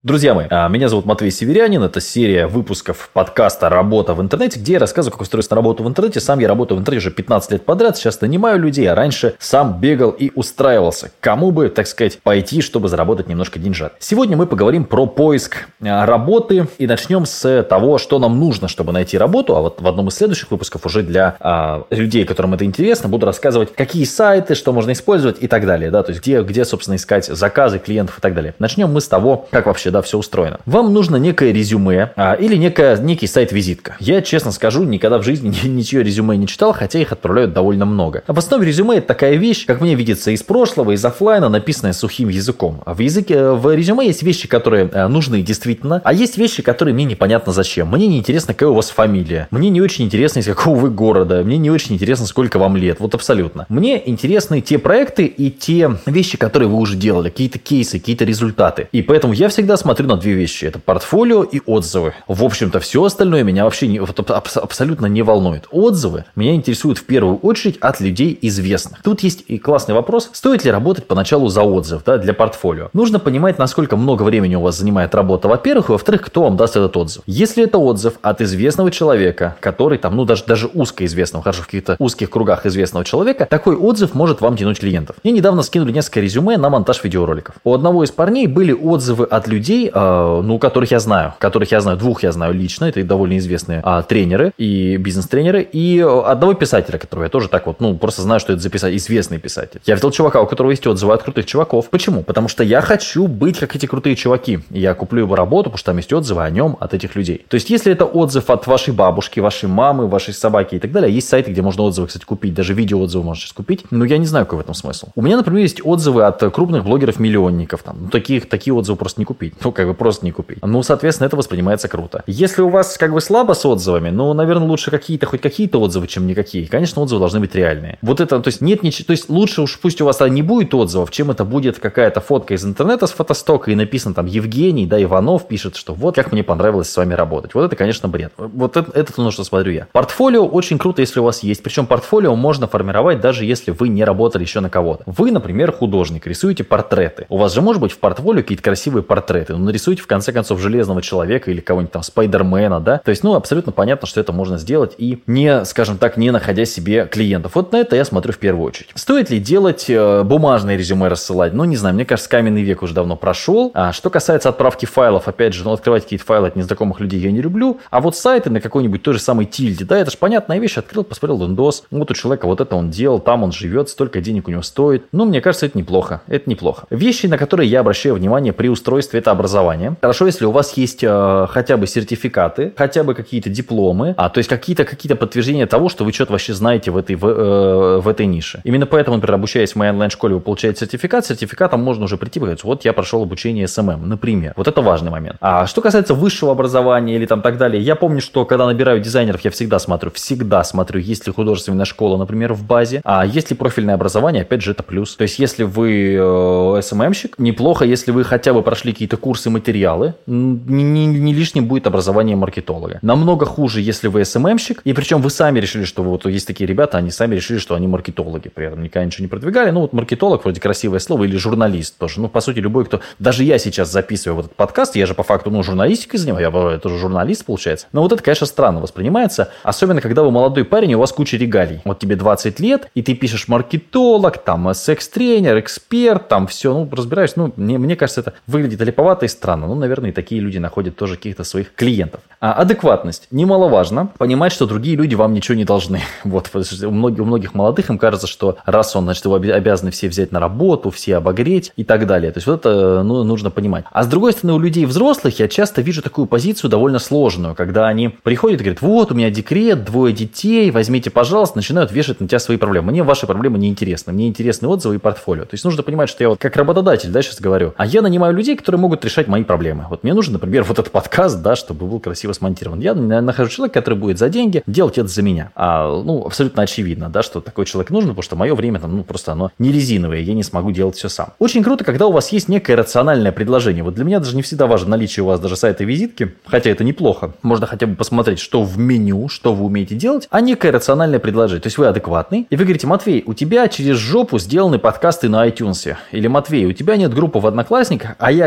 Друзья мои, меня зовут Матвей Северянин, это серия выпусков подкаста «Работа в интернете», где я рассказываю, как устроиться на работу в интернете. Сам я работаю в интернете уже 15 лет подряд, сейчас нанимаю людей, а раньше сам бегал и устраивался. Кому бы, так сказать, пойти, чтобы заработать немножко деньжат. Сегодня мы поговорим про поиск работы и начнем с того, что нам нужно, чтобы найти работу. А вот в одном из следующих выпусков уже для людей, которым это интересно, буду рассказывать, какие сайты, что можно использовать и так далее. Да? То есть где, собственно, искать заказы клиентов и так далее. Начнем мы с того, как вообще все устроено. Вам нужно некое резюме или некий сайт-визитка. Я, честно скажу, никогда в жизни ничье резюме не читал, хотя их отправляют довольно много. А в основе резюме это такая вещь, как мне видится, из прошлого, из офлайна, написанная сухим языком. В резюме есть вещи, которые нужны действительно, а есть вещи, которые мне непонятно зачем. Мне не интересно, какая у вас фамилия. Мне не очень интересно, из какого вы города. Мне не очень интересно, сколько вам лет. Вот абсолютно. Мне интересны те проекты и те вещи, которые вы уже делали, какие-то кейсы, какие-то результаты. И поэтому я всегда смотрю на две вещи. Это портфолио и отзывы. В общем-то, все остальное меня вообще абсолютно не волнует. Отзывы меня интересуют в первую очередь от людей известных. Тут есть и классный вопрос, стоит ли работать поначалу за отзыв, для портфолио. Нужно понимать, насколько много времени у вас занимает работа, во-первых, и во-вторых, кто вам даст этот отзыв. Если это отзыв от известного человека, который даже узкоизвестного, хорошо, в каких-то узких кругах известного человека, такой отзыв может вам тянуть клиентов. Мне недавно скинули несколько резюме на монтаж видеороликов. У одного из парней были отзывы от людей, которых я знаю, двух я знаю лично, это довольно известные тренеры и бизнес-тренеры, и одного писателя, которого я тоже так просто знаю, что это за писатель, известный писатель. Я видел чувака, у которого есть отзывы от крутых чуваков. Почему? Потому что я хочу быть как эти крутые чуваки. Я куплю его работу, потому что там есть отзывы о нем от этих людей. То есть, если это отзыв от вашей бабушки, вашей мамы, вашей собаки и так далее, есть сайты, где можно отзывы, кстати, купить, даже видеоотзывы можно сейчас купить, но я не знаю, какой в этом смысл. У меня, например, есть отзывы от крупных блогеров-миллионников, такие отзывы просто не купить. Просто не купить. Соответственно, это воспринимается круто. Если у вас слабо с отзывами, наверное, лучше хоть какие-то отзывы, чем никакие. Конечно, отзывы должны быть реальные. То есть лучше уж пусть у вас не будет отзывов, чем это будет какая-то фотка из интернета с фотостока и написано там Евгений, Иванов пишет, что вот как мне понравилось с вами работать. Вот это, конечно, бред. Вот это то, на что смотрю я. Портфолио очень круто, если у вас есть. Причем портфолио можно формировать даже если вы не работали еще на кого-то. Вы, например, художник, рисуете портреты. У вас же может быть в портфолио какие-то красивые портреты. Нарисуйте в конце концов Железного человека или кого-нибудь там Спайдермена, да. То есть, абсолютно понятно, что это можно сделать и не, скажем так, не находя себе клиентов. Вот на это я смотрю в первую очередь. Стоит ли делать бумажные резюме рассылать? Не знаю, мне кажется, каменный век уже давно прошел. А что касается отправки файлов, опять же, открывать какие-то файлы от незнакомых людей я не люблю. А вот сайты на какой-нибудь той же самой Тильде, да, это же понятная вещь, открыл, посмотрел виндос, вот у человека вот это он делал, там он живет, столько денег у него стоит. Мне кажется, это неплохо. Вещи, на которые я обращаю внимание при устройстве, это образование. Хорошо, если у вас есть хотя бы сертификаты, хотя бы какие-то дипломы, то есть какие-то подтверждения того, что вы что-то вообще знаете в этой нише. Именно поэтому, например, обучаясь в моей онлайн-школе, вы получаете сертификат. Сертификатом можно уже прийти и говорить, вот я прошел обучение СММ, например. Вот это важный момент. А что касается высшего образования или там так далее, я помню, что когда набираю дизайнеров, я всегда смотрю, есть ли художественная школа, например, в базе, а есть ли профильное образование, опять же, это плюс. То есть, если вы СММщик, неплохо, если вы хотя бы прошли какие-то курсы, материалы, не лишним будет образование маркетолога. Намного хуже, если вы СММщик, и причем вы сами решили, что есть такие ребята, они сами решили, что они маркетологи, при этом никогда ничего не продвигали. Маркетолог, вроде красивое слово, или журналист тоже. По сути, любой, кто... Даже я сейчас записываю этот подкаст, я же по факту, журналистикой занимаюсь, я тоже журналист, получается. Но это, конечно, странно воспринимается, особенно, когда вы молодой парень, и у вас куча регалий. Вот тебе 20 лет, и ты пишешь маркетолог, там, секс-тренер, эксперт, там, все, разбираешь, мне кажется, это выглядит липовато и странно. Наверное, и такие люди находят тоже каких-то своих клиентов. Адекватность. Немаловажно понимать, что другие люди вам ничего не должны. У многих молодых им кажется, что раз он, значит, его обязаны все взять на работу, все обогреть и так далее. То есть, это нужно понимать. А с другой стороны, у людей взрослых я часто вижу такую позицию довольно сложную, когда они приходят и говорят, вот, у меня декрет, 2 детей, возьмите, пожалуйста, начинают вешать на тебя свои проблемы. Мне ваши проблемы не интересны. Мне интересны отзывы и портфолио. То есть, нужно понимать, что я как работодатель, сейчас говорю, а я нанимаю людей, которые могут решать мои проблемы. Мне нужен, например, этот подкаст, чтобы был красиво смонтирован. Я нахожу человека, который будет за деньги делать это за меня. Абсолютно очевидно, что такой человек нужен, потому что мое время просто оно не резиновое, я не смогу делать все сам. Очень круто, когда у вас есть некое рациональное предложение. Для меня даже не всегда важно наличие у вас даже сайта и визитки, хотя это неплохо. Можно хотя бы посмотреть, что в меню, что вы умеете делать, а некое рациональное предложение. То есть вы адекватный, и вы говорите, Матвей, у тебя через жопу сделаны подкасты на iTunes. Или Матвей, у тебя нет группы в Одноклассниках, а я как-то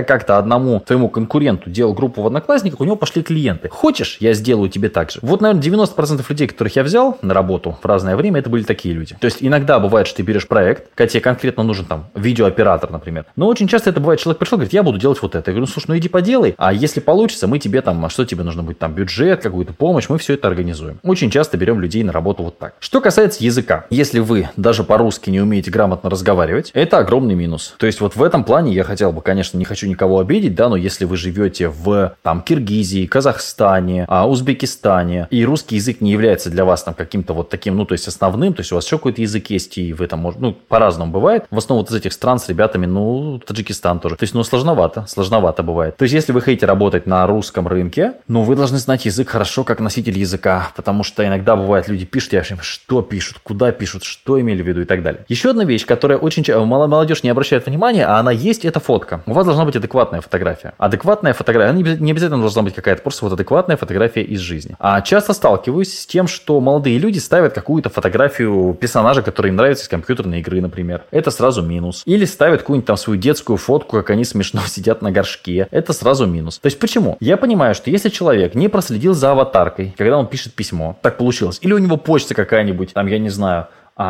одному твоему конкуренту делал группу в Одноклассниках, у него пошли клиенты. Хочешь, я сделаю тебе так же. Вот, наверное, 90% людей, которых я взял на работу в разное время, это были такие люди. То есть иногда бывает, что ты берешь проект, когда тебе конкретно нужен там видеооператор, например. Но очень часто это бывает, человек пришел, говорит, я буду делать вот это. Я говорю, ну слушай, ну иди поделай, а если получится, мы тебе там, а что тебе нужно будет, там бюджет, какую-то помощь, мы все это организуем. Очень часто берем людей на работу вот так. Что касается языка. Если вы даже по-русски не умеете грамотно разговаривать, это огромный минус. То есть вот в этом плане я хотел бы, конечно, не хочу никого обидеть, да, но если вы живете в там Киргизии, Казахстане, Узбекистане, и русский язык не является для вас там каким-то вот таким, ну, то есть основным, то есть у вас еще какой-то язык есть, и вы там, ну, по-разному бывает. В основном вот из этих стран с ребятами, ну, Таджикистан тоже. То есть, ну, сложновато бывает. То есть, если вы хотите работать на русском рынке, ну, вы должны знать язык хорошо, как носитель языка, потому что иногда бывает, люди пишут, я вообще, что пишут, куда пишут, что имели в виду и так далее. Еще одна вещь, которая очень молодежь не обращает внимания, а она есть, это фотка. У вас должна быть адекватная фотография. Адекватная фотография, она не обязательно должна быть какая-то, просто вот адекватная фотография из жизни. А часто сталкиваюсь с тем, что молодые люди ставят какую-то фотографию персонажа, который им нравится из компьютерной игры, например. Это сразу минус. Или ставят какую-нибудь там свою детскую фотку, как они смешно сидят на горшке. Это сразу минус. То есть почему? Я понимаю, что если человек не проследил за аватаркой, когда он пишет письмо, так получилось, или у него почта какая-нибудь, там, я не знаю,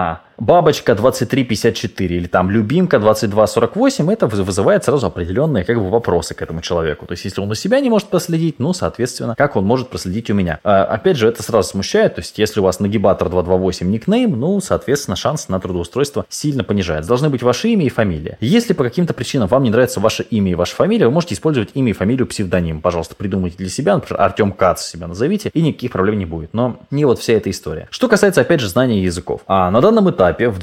бабочка 2354 или там любимка 2248, это вызывает сразу определенные как бы вопросы к этому человеку. То есть, если он у себя не может проследить, ну, соответственно, как он может проследить у меня? Опять же, это сразу смущает. То есть, если у вас нагибатор 228 никнейм, ну, соответственно, шанс на трудоустройство сильно понижается. Должны быть ваши имя и фамилия. Если по каким-то причинам вам не нравится ваше имя и ваша фамилия, вы можете использовать имя и фамилию псевдоним. Пожалуйста, придумайте для себя, например, Артем Кац себя назовите, и никаких проблем не будет. Но не вот вся эта история. Что касается, опять же, знания языков. На данном этапе в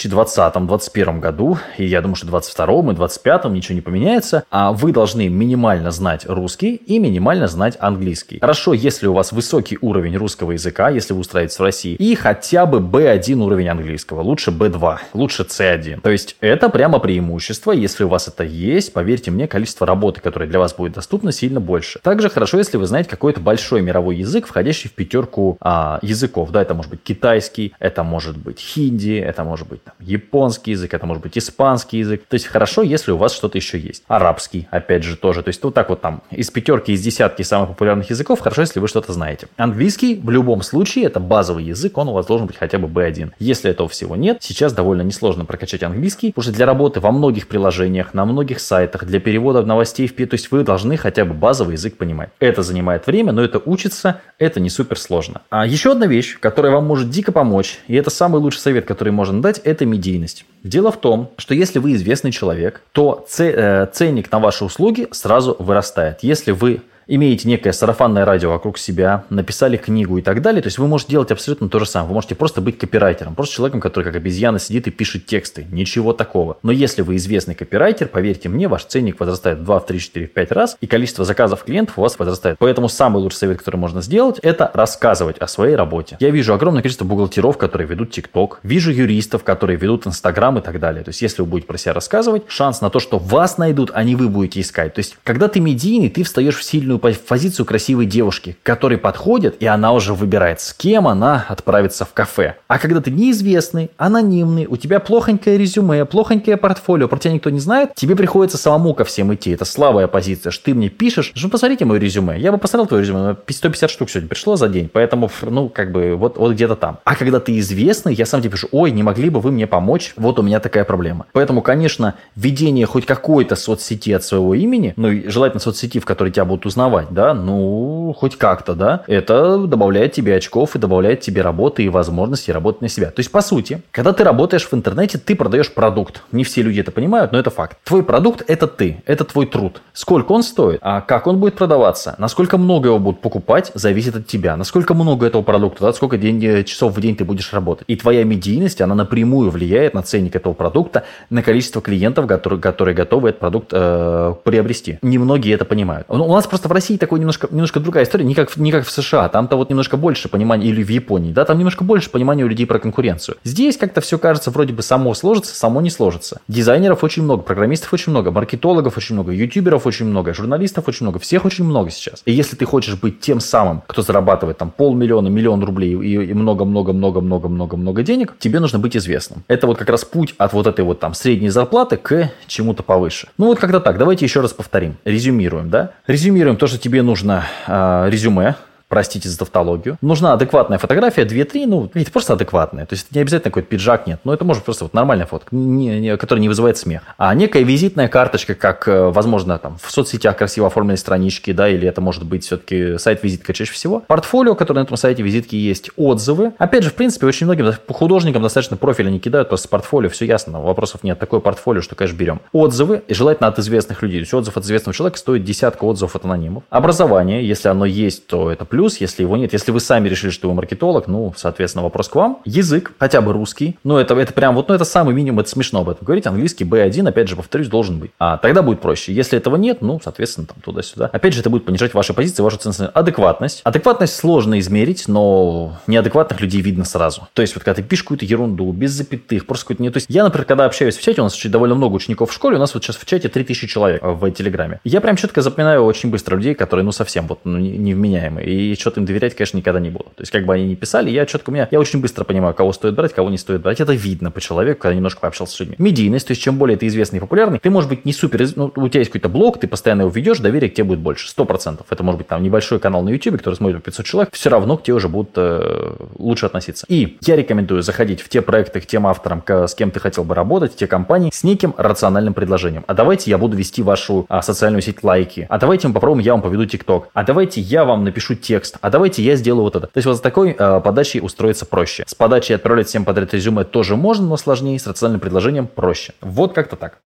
2020-2021 году, и я думаю, что в 2022 и 2025 ничего не поменяется, вы должны минимально знать русский и минимально знать английский. Хорошо, если у вас высокий уровень русского языка, если вы устраиваетесь в России, и хотя бы B1 уровень английского, лучше B2, лучше C1. То есть это прямо преимущество, если у вас это есть, поверьте мне, количество работы, которое для вас будет доступно, сильно больше. Также хорошо, если вы знаете какой-то большой мировой язык, входящий в пятерку языков. Да, это может быть китайский, это может быть хинди, это может быть там, японский язык, это может быть испанский язык. То есть хорошо, если у вас что-то еще есть. Арабский, опять же, тоже. То есть вот так вот там из пятерки, из десятки самых популярных языков, хорошо, если вы что-то знаете. Английский в любом случае это базовый язык, он у вас должен быть хотя бы B1. Если этого всего нет, сейчас довольно несложно прокачать английский, потому что для работы во многих приложениях, на многих сайтах, для перевода новостей, то есть вы должны хотя бы базовый язык понимать. Это занимает время, но это учится, это не супер сложно. Еще одна вещь, которая вам может дико помочь, и это самый лучший совет, который можно дать, это медийность. Дело в том, что если вы известный человек, то ценник на ваши услуги сразу вырастает. Если вы имеете некое сарафанное радио вокруг себя, написали книгу и так далее, то есть вы можете делать абсолютно то же самое. Вы можете просто быть копирайтером, просто человеком, который как обезьяна сидит и пишет тексты. Ничего такого. Но если вы известный копирайтер, поверьте мне, ваш ценник возрастает в 2, в 3, 4, в 5 раз, и количество заказов клиентов у вас возрастает. Поэтому самый лучший совет, который можно сделать, это рассказывать о своей работе. Я вижу огромное количество бухгалтеров, которые ведут ТикТок, вижу юристов, которые ведут Инстаграм и так далее. То есть если вы будете про себя рассказывать, шанс на то, что вас найдут, а не вы будете искать. То есть когда ты медийный, ты встаешь в сильную позицию красивой девушки, которой подходит, и она уже выбирает, с кем она отправится в кафе. А когда ты неизвестный, анонимный, у тебя плохонькое резюме, плохонькое портфолио, про тебя никто не знает, тебе приходится самому ко всем идти. Это слабая позиция, что ты мне пишешь, ну посмотрите мое резюме. Я бы посмотрел твое резюме, 150 штук сегодня пришло за день, поэтому, ну, как бы, вот где-то там. А когда ты известный, я сам тебе пишу, ой, не могли бы вы мне помочь? Вот у меня такая проблема. Поэтому, конечно, введение хоть какой-то соцсети от своего имени, ну, и желательно соцсети, в которой тебя будут узнавать, да, ну, хоть как-то, да, это добавляет тебе очков и добавляет тебе работы и возможности работать на себя. То есть, по сути, когда ты работаешь в интернете, ты продаешь продукт. Не все люди это понимают, но это факт. Твой продукт – это ты, это твой труд. Сколько он стоит, а как он будет продаваться, насколько много его будут покупать, зависит от тебя. Насколько много этого продукта, да, сколько часов в день ты будешь работать. И твоя медийность, она напрямую влияет на ценник этого продукта, на количество клиентов, которые готовы этот продукт приобрести. Немногие это понимают. У нас просто в России такой немножко другая история, не как в США. Там-то вот немножко больше понимания, или в Японии, да, там немножко больше понимания у людей про конкуренцию. Здесь как-то все кажется, вроде бы само сложится, само не сложится. Дизайнеров очень много, программистов очень много, маркетологов очень много, ютуберов очень много, журналистов очень много, всех очень много сейчас. И если ты хочешь быть тем самым, кто зарабатывает там 500 000, 1 000 000 рублей и много-много-много-много-много денег, тебе нужно быть известным. Это вот как раз путь от вот этой вот там средней зарплаты к чему-то повыше. Ну вот как-то так. Давайте еще раз повторим. Резюмируем, да? Резюмируем то, что тебе нужно резюме. Простите за тавтологию. Нужна адекватная фотография, 2-3, ну, это просто адекватная. То есть, не обязательно какой-то пиджак, нет. Но это может просто вот нормальная фотка, которая не вызывает смех. А некая визитная карточка, как, возможно, там, в соцсетях красиво оформленные странички, да, или это может быть все-таки сайт-визитка чаще всего. Портфолио, которое на этом сайте визитки есть, отзывы. Опять же, в принципе, очень многим художникам достаточно профиля не кидают, просто с портфолио все ясно, вопросов нет. Такое портфолио, что, конечно, берем. Отзывы, и желательно от известных людей. То есть, отзыв от известного человека стоит 10 отзывов от анонимов. Образование, если оно есть, то это плюс, если его нет. Если вы сами решили, что вы маркетолог, ну, соответственно, вопрос к вам. Язык, хотя бы русский. Ну, это прям вот, ну, это самый минимум, это смешно об этом говорить. Английский B1, опять же, повторюсь, должен быть. А тогда будет проще. Если этого нет, ну, соответственно, там туда-сюда. Опять же, это будет понижать ваши позиции, вашу ценность. Адекватность. Адекватность сложно измерить, но неадекватных людей видно сразу. То есть, вот когда ты пишешь какую-то ерунду, без запятых, просто какую-то не... То есть, я, например, когда общаюсь в чате, у нас довольно много учеников в школе, у нас вот сейчас в чате 3000 человек в Телеграме. Я прям четко запоминаю очень быстро людей, которые, ну, совсем вот, ну, невменяемые. И что-то им доверять, конечно, никогда не буду. То есть, как бы они ни писали, я очень быстро понимаю, кого стоит брать, кого не стоит брать. Это видно по человеку, когда немножко пообщался с людьми. Медийность, то есть, чем более ты известный и популярный, ты, может быть, не супер, ну, у тебя есть какой-то блог, ты постоянно его ведешь, доверие к тебе будет больше, 100%. Это может быть там небольшой канал на YouTube, который смотрит по 500 человек, все равно к тебе уже будут лучше относиться. И я рекомендую заходить в те проекты, к тем авторам, с кем ты хотел бы работать, в те компании, с неким рациональным предложением. А давайте я буду вести вашу социальную сеть лайки. А давайте мы попробуем, я вам поведу TikTok. А давайте я вам напишу текст. А давайте я сделаю вот это. То есть вот с такой подачей устроиться проще. С подачей отправлять всем подряд резюме тоже можно, но сложнее. С рациональным предложением проще. Вот как-то так.